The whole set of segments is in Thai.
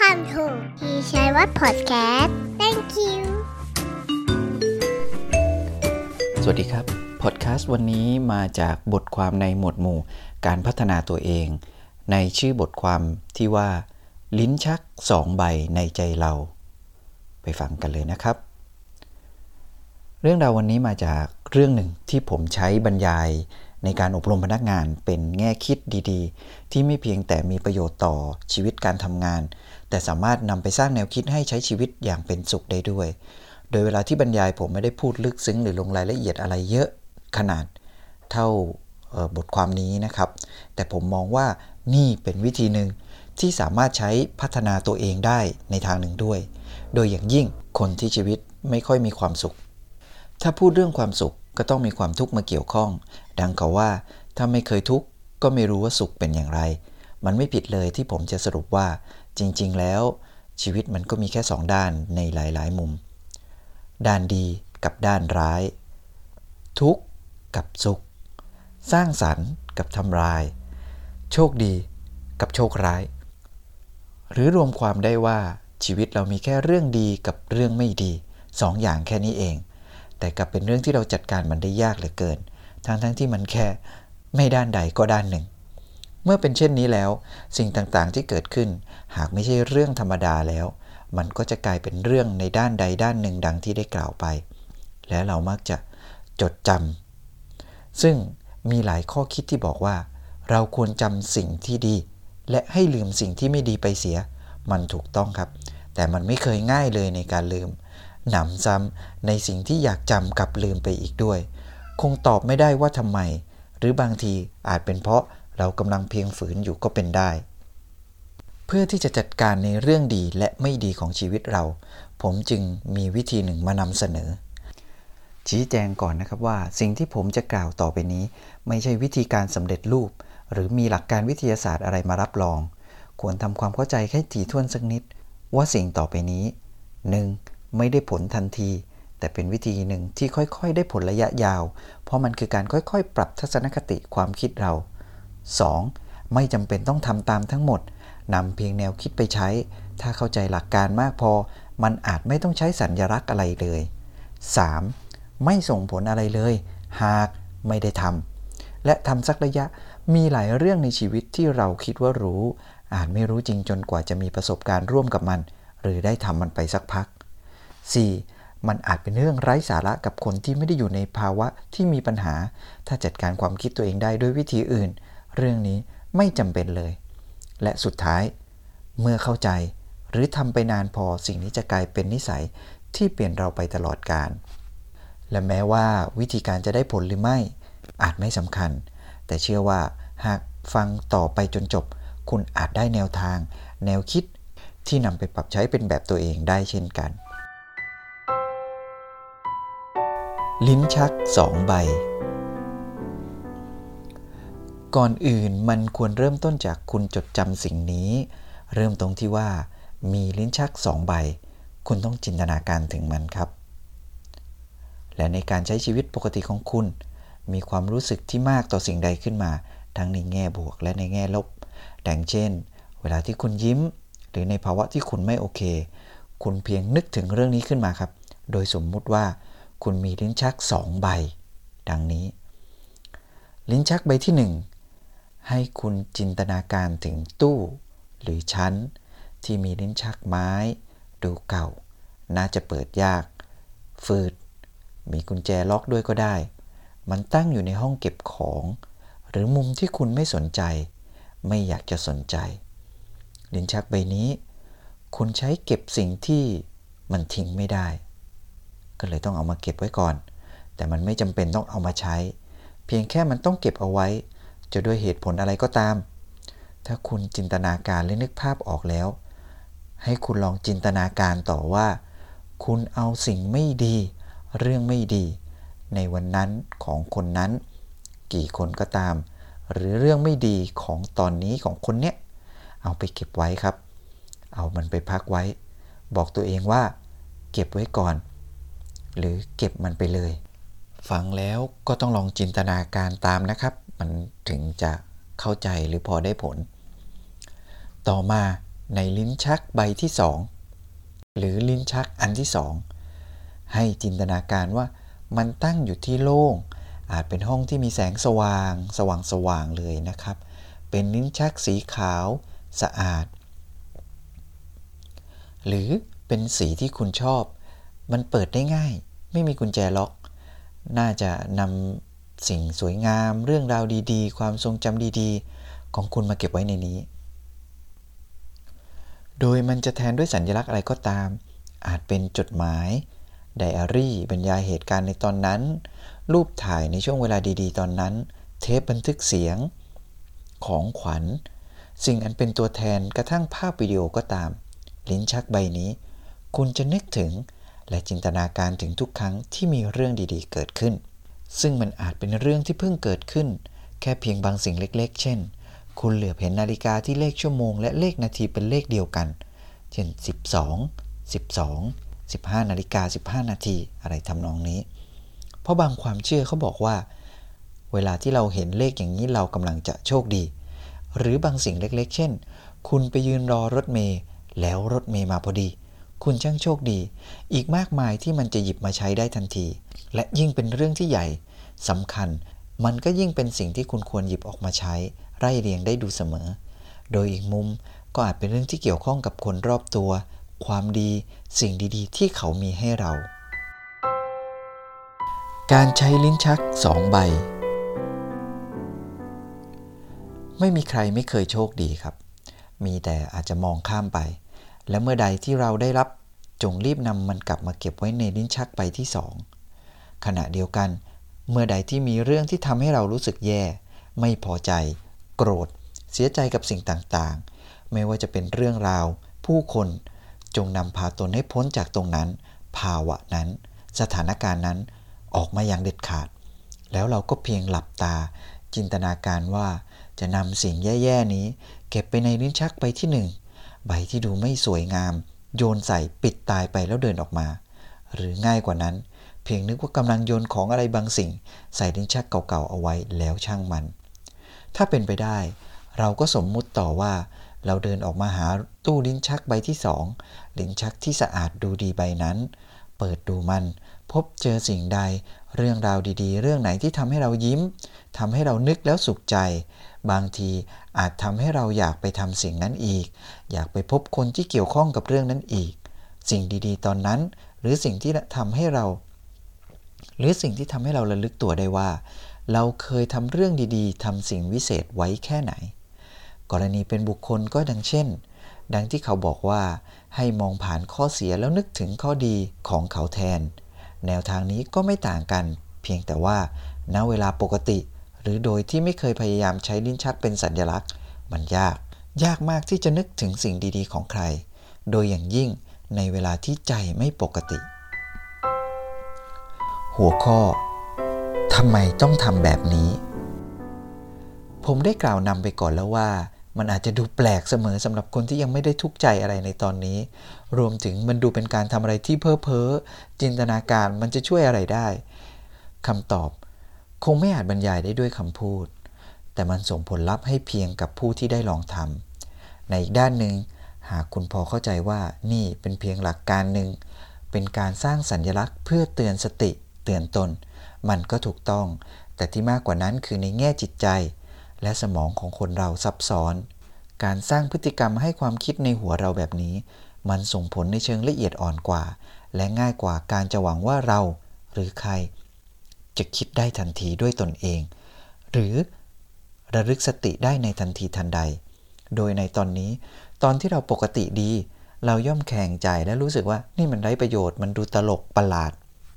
Welcome to พี่ชัยวัฒน์ Podcast Thank you สวัสดีครับพอดแคสต์วันนี้มาจากบทความในหมวดหมู่การพัฒนาตัวเองในชื่อบทความที่ว่าลิ้นชัก2 ใบในใจเราไปฟังกันเลยนะครับเรื่องราววันนี้มาจากเรื่องหนึ่งที่ผมใช้บรรยายในการอบรมพนักงานเป็นแง่คิดดีๆที่ไม่เพียงแต่มีประโยชน์ต่อชีวิตการทำงานแต่สามารถนำไปสร้างแนวคิดให้ใช้ชีวิตอย่างเป็นสุขได้ด้วยโดยเวลาที่บรรยายผมไม่ได้พูดลึกซึ้งหรือลงรายละเอียดอะไรเยอะขนาดเท่าบทความนี้นะครับแต่ผมมองว่านี่เป็นวิธีหนึ่งที่สามารถใช้พัฒนาตัวเองได้ในทางหนึ่งด้วยโดยอย่างยิ่งคนที่ชีวิตไม่ค่อยมีความสุขถ้าพูดเรื่องความสุขก็ต้องมีความทุกข์มาเกี่ยวข้องดังเขาว่าถ้าไม่เคยทุกข์ก็ไม่รู้ว่าสุขเป็นอย่างไรมันไม่ผิดเลยที่ผมจะสรุปว่าจริงๆแล้วชีวิตมันก็มีแค่2 ด้านในหลายๆมุมด้านดีกับด้านร้ายทุกข์กับสุขสร้างสรรค์กับทำลายโชคดีกับโชคร้ายหรือรวมความได้ว่าชีวิตเรามีแค่เรื่องดีกับเรื่องไม่ดี2 อย่างแค่นี้เองแต่กลับเป็นเรื่องที่เราจัดการมันได้ยากเหลือเกินทั้งที่มันแค่ไม่ด้านใดก็ด้านหนึ่งเมื่อเป็นเช่นนี้แล้วสิ่งต่างๆที่เกิดขึ้นหากไม่ใช่เรื่องธรรมดาแล้วมันก็จะกลายเป็นเรื่องในด้านใดด้านหนึ่งดังที่ได้กล่าวไปและเรามักจะจดจำซึ่งมีหลายข้อคิดที่บอกว่าเราควรจำสิ่งที่ดีและให้ลืมสิ่งที่ไม่ดีไปเสียมันถูกต้องครับแต่มันไม่เคยง่ายเลยในการลืมหนำซ้ำในสิ่งที่อยากจำกับลืมไปอีกด้วยคงตอบไม่ได้ว่าทำไมหรือบางทีอาจเป็นเพราะเรากำลังเพียงฝืนอยู่ก็เป็นได้เพื่อที่จะจัดการในเรื่องดีและไม่ดีของชีวิตเราผมจึงมีวิธีหนึ่งมานำเสนอชี้แจงก่อนนะครับว่าสิ่งที่ผมจะกล่าวต่อไปนี้ไม่ใช่วิธีการสำเร็จรูปหรือมีหลักการวิทยาศาสตร์อะไรมารับรองควรทำความเข้าใจให้ถี่ถ้วนสักนิดว่าสิ่งต่อไปนี้ 1. ไม่ได้ผลทันทีแต่เป็นวิธีหนึ่งที่ค่อยๆได้ผลระยะยาวเพราะมันคือการค่อยๆปรับทัศนคติความคิดเรา 2. ไม่จำเป็นต้องทำตามทั้งหมดนำเพียงแนวคิดไปใช้ถ้าเข้าใจหลักการมากพอมันอาจไม่ต้องใช้สัญลักษณ์อะไรเลย 3. ไม่ส่งผลอะไรเลยหากไม่ได้ทำและทำสักระยะมีหลายเรื่องในชีวิตที่เราคิดว่ารู้อาจไม่รู้จริงจนกว่าจะมีประสบการณ์ร่วมกับมันหรือได้ทำมันไปสักพัก 4. มันอาจเป็นเรื่องไร้สาระกับคนที่ไม่ได้อยู่ในภาวะที่มีปัญหาถ้าจัดการความคิดตัวเองได้ด้วยวิธีอื่นเรื่องนี้ไม่จำเป็นเลยและสุดท้ายเมื่อเข้าใจหรือทำไปนานพอสิ่งนี้จะกลายเป็นนิสัยที่เปลี่ยนเราไปตลอดกาลและแม้ว่าวิธีการจะได้ผลหรือไม่อาจไม่สำคัญแต่เชื่อว่าหากฟังต่อไปจนจบคุณอาจได้แนวทางแนวคิดที่นำไปปรับใช้เป็นแบบตัวเองได้เช่นกันลิ้นชัก2 ใบก่อนอื่นมันควรเริ่มต้นจากคุณจดจำสิ่งนี้เริ่มตรงที่ว่ามีลิ้นชัก2 ใบคุณต้องจินตนาการถึงมันครับและในการใช้ชีวิตปกติของคุณมีความรู้สึกที่มากต่อสิ่งใดขึ้นมาทั้งในแง่บวกและในแง่ลบดังเช่นเวลาที่คุณยิ้มหรือในภาวะที่คุณไม่โอเคคุณเพียงนึกถึงเรื่องนี้ขึ้นมาครับโดยสมมุติว่าคุณมีลิ้นชัก2 ใบดังนี้ลิ้นชักใบที่ 1ให้คุณจินตนาการถึงตู้หรือชั้นที่มีลิ้นชักไม้ดูเก่าน่าจะเปิดยากฝืดมีกุญแจล็อกด้วยก็ได้มันตั้งอยู่ในห้องเก็บของหรือมุมที่คุณไม่สนใจไม่อยากจะสนใจลิ้นชักใบนี้คุณใช้เก็บสิ่งที่มันทิ้งไม่ได้ก็เลยต้องเอามาเก็บไว้ก่อนแต่มันไม่จำเป็นต้องเอามาใช้เพียงแค่มันต้องเก็บเอาไว้จะด้วยเหตุผลอะไรก็ตามถ้าคุณจินตนาการและนึกภาพออกแล้วให้คุณลองจินตนาการต่อว่าคุณเอาสิ่งไม่ดีเรื่องไม่ดีในวันนั้นของคนนั้นกี่คนก็ตามหรือเรื่องไม่ดีของตอนนี้ของคนเนี้ยเอาไปเก็บไว้ครับเอามันไปพักไว้บอกตัวเองว่าเก็บไว้ก่อนหรือเก็บมันไปเลยฟังแล้วก็ต้องลองจินตนาการตามนะครับมันถึงจะเข้าใจหรือพอได้ผลต่อมาในลิ้นชักใบที่2หรือลิ้นชักอันที่2ให้จินตนาการว่ามันตั้งอยู่ที่โล่งอาจเป็นห้องที่มีแสงสว่างเลยนะครับเป็นลิ้นชักสีขาวสะอาดหรือเป็นสีที่คุณชอบมันเปิดได้ง่ายไม่มีกุญแจล็อกน่าจะนำสิ่งสวยงามเรื่องราวดีๆความทรงจำดีๆของคุณมาเก็บไว้ในนี้โดยมันจะแทนด้วยสัญลักษณ์อะไรก็ตามอาจเป็นจดหมายไดอารี่บรรยายเหตุการณ์ในตอนนั้นรูปถ่ายในช่วงเวลาดีๆตอนนั้นเทปบันทึกเสียงของขวัญสิ่งอันเป็นตัวแทนกระทั่งภาพวิดีโอก็ตามลิ้นชักใบนี้คุณจะนึกถึงและจินตนาการถึงทุกครั้งที่มีเรื่องดีๆเกิดขึ้นซึ่งมันอาจเป็นเรื่องที่เพิ่งเกิดขึ้นแค่เพียงบางสิ่งเล็กๆเช่นคุณเหลือบเห็นนาฬิกาที่เลขชั่วโมงและเลขนาทีเป็นเลขเดียวกันเช่น15 นาฬิกา 15 นาทีอะไรทำนองนี้เพราะบางความเชื่อเขาบอกว่าเวลาที่เราเห็นเลขอย่างนี้เรากำลังจะโชคดีหรือบางสิ่งเล็กๆเช่นคุณไปยืนรอรถเมล์แล้วรถเมล์มาพอดีคุณช่างโชคดีอีกมากมายที่มันจะหยิบมาใช้ได้ทันทีและยิ่งเป็นเรื่องที่ใหญ่สำคัญมันก็ยิ่งเป็นสิ่งที่คุณควรหยิบออกมาใช้ไล่เรียงได้ดูเสมอโดยอีกมุมก็อาจเป็นเรื่องที่เกี่ยวข้องกับคนรอบตัวความดีสิ่งดีๆที่เขามีให้เราการใช้ลิ้นชัก2ใบไม่มีใครไม่เคยโชคดีครับมีแต่อาจจะมองข้ามไปและเมื่อใดที่เราได้รับจงรีบนำมันกลับมาเก็บไว้ในลิ้นชักใบที่2ขณะเดียวกันเมื่อใดที่มีเรื่องที่ทำให้เรารู้สึกแย่ไม่พอใจโกรธเสียใจกับสิ่งต่างๆไม่ว่าจะเป็นเรื่องราวผู้คนจงนำพาตนให้พ้นจากตรงนั้นภาวะนั้นสถานการณ์นั้นออกมาอย่างเด็ดขาดแล้วเราก็เพียงหลับตาจินตนาการว่าจะนำสิ่งแย่ๆนี้เก็บไปในลิ้นชักใบที่1ใบที่ดูไม่สวยงามโยนใส่ปิดตายไปแล้วเดินออกมาหรือง่ายกว่านั้นเพียงนึกว่ากำลังโยนของอะไรบางสิ่งใส่ลิ้นชักเก่าๆเอาไว้แล้วช่างมันถ้าเป็นไปได้เราก็สมมุติต่อว่าเราเดินออกมาหาตู้ลิ้นชักใบที่2ลิ้นชักที่สะอาดดูดีใบนั้นเปิดดูมันพบเจอสิ่งใดเรื่องราวดีๆเรื่องไหนที่ทำให้เรายิ้มทำให้เรานึกแล้วสุขใจบางทีอาจทำให้เราอยากไปทำสิ่งนั้นอีกอยากไปพบคนที่เกี่ยวข้องกับเรื่องนั้นอีกสิ่งดีๆตอนนั้นหรือสิ่งที่ทำให้เราระลึกตัวได้ว่าเราเคยทำเรื่องดีๆทำสิ่งวิเศษไว้แค่ไหนกรณีเป็นบุคคลก็ดังที่เขาบอกว่าให้มองผ่านข้อเสียแล้วนึกถึงข้อดีของเขาแทนแนวทางนี้ก็ไม่ต่างกันเพียงแต่ว่าณเวลาปกติหรือโดยที่ไม่เคยพยายามใช้ลิ้นชักเป็นสัญลักษณ์มันยากมากที่จะนึกถึงสิ่งดีๆของใครโดยอย่างยิ่งในเวลาที่ใจไม่ปกติหัวข้อทำไมต้องทำแบบนี้ผมได้กล่าวนำไปก่อนแล้วว่ามันอาจจะดูแปลกเสมอสำหรับคนที่ยังไม่ได้ทุกข์ใจอะไรในตอนนี้รวมถึงมันดูเป็นการทำอะไรที่เพ้อจินตนาการมันจะช่วยอะไรได้คำตอบคงไม่อาจบรรยายได้ด้วยคำพูดแต่มันส่งผลลัพธ์ให้เพียงกับผู้ที่ได้ลองทำในอีกด้านหนึ่งหากคุณพอเข้าใจว่านี่เป็นเพียงหลักการหนึ่งเป็นการสร้างสัญลักษณ์เพื่อเตือนสติเตือนตนมันก็ถูกต้องแต่ที่มากกว่านั้นคือในแง่จิตใจและสมองของคนเราซับซ้อนการสร้างพฤติกรรมให้ความคิดในหัวเราแบบนี้มันส่งผลในเชิงละเอียดอ่อนกว่าและง่ายกว่าการจะหวังว่าเราหรือใครจะคิดได้ทันทีด้วยตนเองหรือระลึกสติได้ในทันทีทันใดโดยในตอนนี้ตอนที่เราปกติดีเราย่อมแข็งใจและรู้สึกว่านี่มันไร้ประโยชน์มันดูตลกประหลาด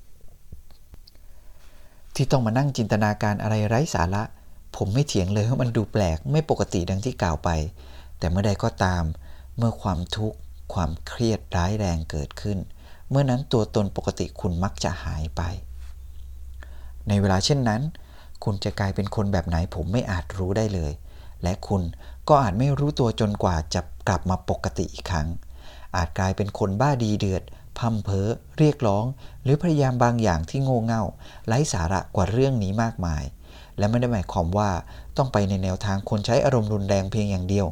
ที่ต้องมานั่งจินตนาการอะไรไร้สาระผมไม่เถียงเลยว่ามันดูแปลกไม่ปกติดังที่กล่าวไปแต่เมื่อใดก็ตามเมื่อความทุกข์ความเครียดร้ายแรงเกิดขึ้นเมื่อนั้นตัวตนปกติคุณมักจะหายไปในเวลาเช่นนั้นคุณจะกลายเป็นคนแบบไหนผมไม่อาจรู้ได้เลยและคุณก็อาจไม่รู้ตัวจนกว่าจะกลับมาปกติอีกครั้งอาจกลายเป็นคนบ้าดีเดือดพั่มเพ้อเรียกร้องหรือพยายามบางอย่างที่โง่เง่าไร้สาระกว่าเรื่องนี้มากมายและไม่ได้หมายความว่าต้องไปในแนวทางคนใช้อารมณ์รุนแรงเพียงอย่างเดียว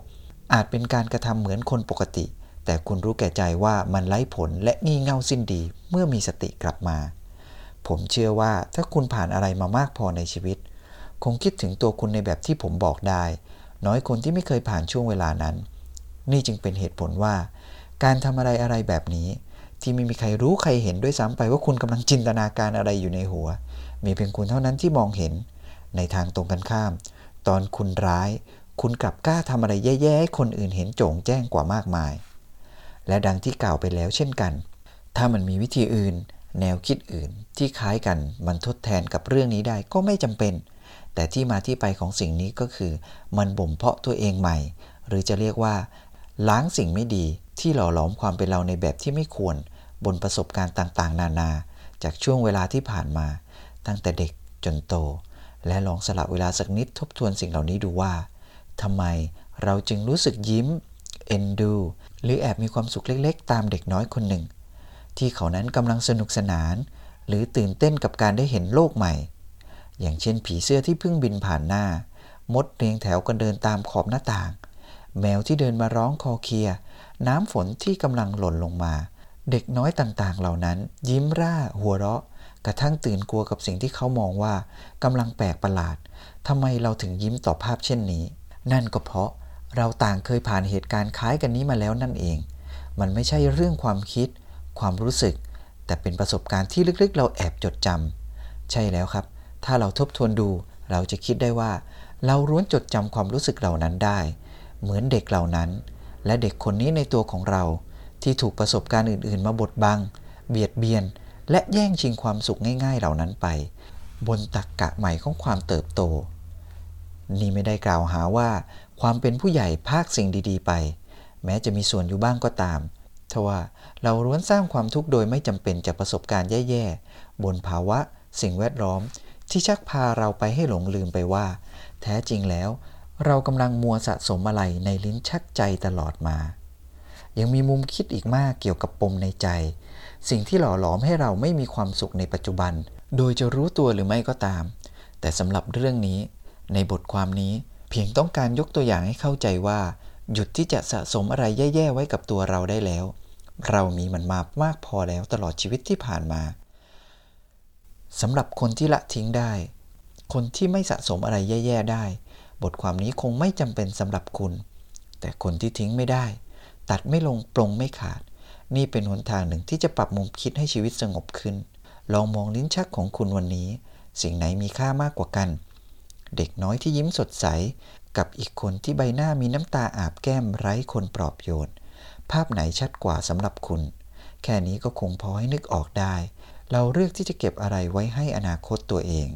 อาจเป็นการกระทำเหมือนคนปกติแต่คุณรู้แก่ใจว่ามันไร้ผลและงี่เง่าสิ้นดีเมื่อมีสติกลับมาผมเชื่อว่าถ้าคุณผ่านอะไรมามากพอในชีวิตคงคิดถึงตัวคุณในแบบที่ผมบอกได้น้อยคนที่ไม่เคยผ่านช่วงเวลานั้นนี่จึงเป็นเหตุผลว่าการทำอะไรแบบนี้ที่ไม่มีใครรู้ใครเห็นด้วยซ้ำไปว่าคุณกำลังจินตนาการอะไรอยู่ในหัวมีเพียงคุณเท่านั้นที่มองเห็นในทางตรงกันข้ามตอนคุณร้ายคุณกลับกล้าทำอะไรแย่ๆให้คนอื่นเห็นโจ่งแจ้งกว่ามากมายและดังที่กล่าวไปแล้วเช่นกันถ้ามันมีวิธีอื่นแนวคิดอื่นที่คล้ายกันมันทดแทนกับเรื่องนี้ได้ก็ไม่จำเป็นแต่ที่มาที่ไปของสิ่งนี้ก็คือมันบ่มเพาะตัวเองใหม่หรือจะเรียกว่าล้างสิ่งไม่ดีที่หล่อหลอมความเป็นเราในแบบที่ไม่ควรบนประสบการณ์ต่างๆนานาจากช่วงเวลาที่ผ่านมาตั้งแต่เด็กจนโตและลองสละเวลาสักนิดทบทวนสิ่งเหล่านี้ดูว่าทำไมเราจึงรู้สึกยิ้มเอ็นดูหรือแอบมีความสุขเล็กๆตามเด็กน้อยคนหนึ่งที่เขานั้นกำลังสนุกสนานหรือตื่นเต้นกับการได้เห็นโลกใหม่อย่างเช่นผีเสื้อที่เพิ่งบินผ่านหน้ามดเรียงแถวกันเดินตามขอบหน้าต่างแมวที่เดินมาร้องคอเคลียน้ำฝนที่กำลังหล่นลงมาเด็กน้อยต่างๆเหล่านั้นยิ้มร่าหัวเราะกระทั่งตื่นกลัวกับสิ่งที่เขามองว่ากำลังแปลกประหลาดทำไมเราถึงยิ้มต่อภาพเช่นนี้นั่นก็เพราะเราต่างเคยผ่านเหตุการณ์คล้ายกันนี้มาแล้วนั่นเองมันไม่ใช่เรื่องความคิดความรู้สึกแต่เป็นประสบการณ์ที่ลึกๆเราแอบจดจำใช่แล้วครับถ้าเราทบทวนดูเราจะคิดได้ว่าเราล้วนจดจำความรู้สึกเหล่านั้นได้เหมือนเด็กเหล่านั้นและเด็กคนนี้ในตัวของเราที่ถูกประสบการณ์อื่นๆมาบดบังเบียดเบียนและแย่งชิงความสุขง่ายๆเหล่านั้นไปบนตรรกะใหม่ของความเติบโตนี่ไม่ได้กล่าวหาว่าความเป็นผู้ใหญ่พากสิ่งดีๆไปแม้จะมีส่วนอยู่บ้างก็ตามทว่าเราล้วนสร้างความทุกข์โดยไม่จำเป็นจากประสบการณ์แย่ๆบนภาวะสิ่งแวดล้อมที่ชักพาเราไปให้หลงลืมไปว่าแท้จริงแล้วเรากำลังมัวสะสมอะไรในลิ้นชักใจตลอดมายังมีมุมคิดอีกมากเกี่ยวกับปมในใจสิ่งที่หล่อหลอมให้เราไม่มีความสุขในปัจจุบันโดยจะรู้ตัวหรือไม่ก็ตามแต่สำหรับเรื่องนี้ในบทความนี้เพียงต้องการยกตัวอย่างให้เข้าใจว่าหยุดที่จะสะสมอะไรแย่ๆไว้กับตัวเราได้แล้วเรามีมันมามากพอแล้วตลอดชีวิตที่ผ่านมาสำหรับคนที่ละทิ้งได้คนที่ไม่สะสมอะไรแย่ๆได้บทความนี้คงไม่จำเป็นสำหรับคุณแต่คนที่ทิ้งไม่ได้ตัดไม่ลงปลงไม่ขาดนี่เป็นหนทางหนึ่งที่จะปรับมุมคิดให้ชีวิตสงบขึ้นลองมองลิ้นชักของคุณวันนี้สิ่งไหนมีค่ามากกว่ากันเด็กน้อยที่ยิ้มสดใสกับอีกคนที่ใบหน้ามีน้ำตาอาบแก้มไร้คนปลอบโยนภาพไหนชัดกว่าสำหรับคุณแค่นี้ก็คงพอให้นึกออกได้เราเลือกที่จะเก็บอะไรไว้ให้อนาคตตัวเอง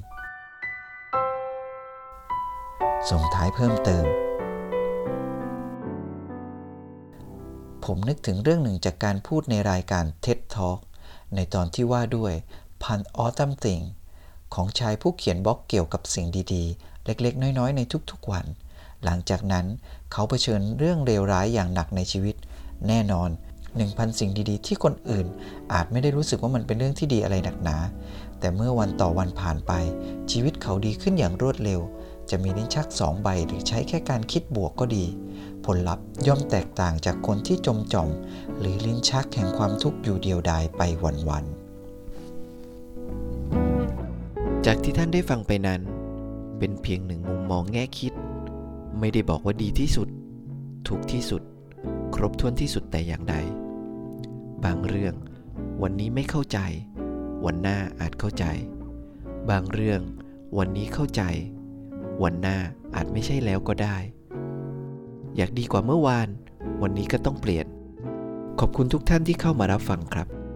ส่งท้ายเพิ่มเติมผมนึกถึงเรื่องหนึ่งจากการพูดในรายการ TED Talk ในตอนที่ว่าด้วย One Awesome Thing ของชายผู้เขียนบล็อกเกี่ยวกับสิ่งดีๆเล็กๆน้อยๆในทุกๆวันหลังจากนั้นเขาเผชิญเรื่องเลวร้ายอย่างหนักในชีวิตแน่นอน 1,000 สิ่งดีๆที่คนอื่นอาจไม่ได้รู้สึกว่ามันเป็นเรื่องที่ดีอะไรหนักหนาแต่เมื่อวันต่อวันผ่านไปชีวิตเขาดีขึ้นอย่างรวดเร็วจะมีลิ้นชัก2 ใบหรือใช้แค่การคิดบวกก็ดีผลลัพธ์ย่อมแตกต่างจากคนที่จมจ่อมหรือลิ้นชักแห่งความทุกข์อยู่เดียวดายไปวันๆจากที่ท่านได้ฟังไปนั้นเป็นเพียงหนึ่งมุมมองแง่คิดไม่ได้บอกว่าดีที่สุดถูกที่สุดครบถ้วนที่สุดแต่อย่างใดบางเรื่องวันนี้ไม่เข้าใจวันหน้าอาจเข้าใจบางเรื่องวันนี้เข้าใจวันหน้าอาจไม่ใช่แล้วก็ได้อยากดีกว่าเมื่อวานวันนี้ก็ต้องเปลี่ยนขอบคุณทุกท่านที่เข้ามารับฟังครับ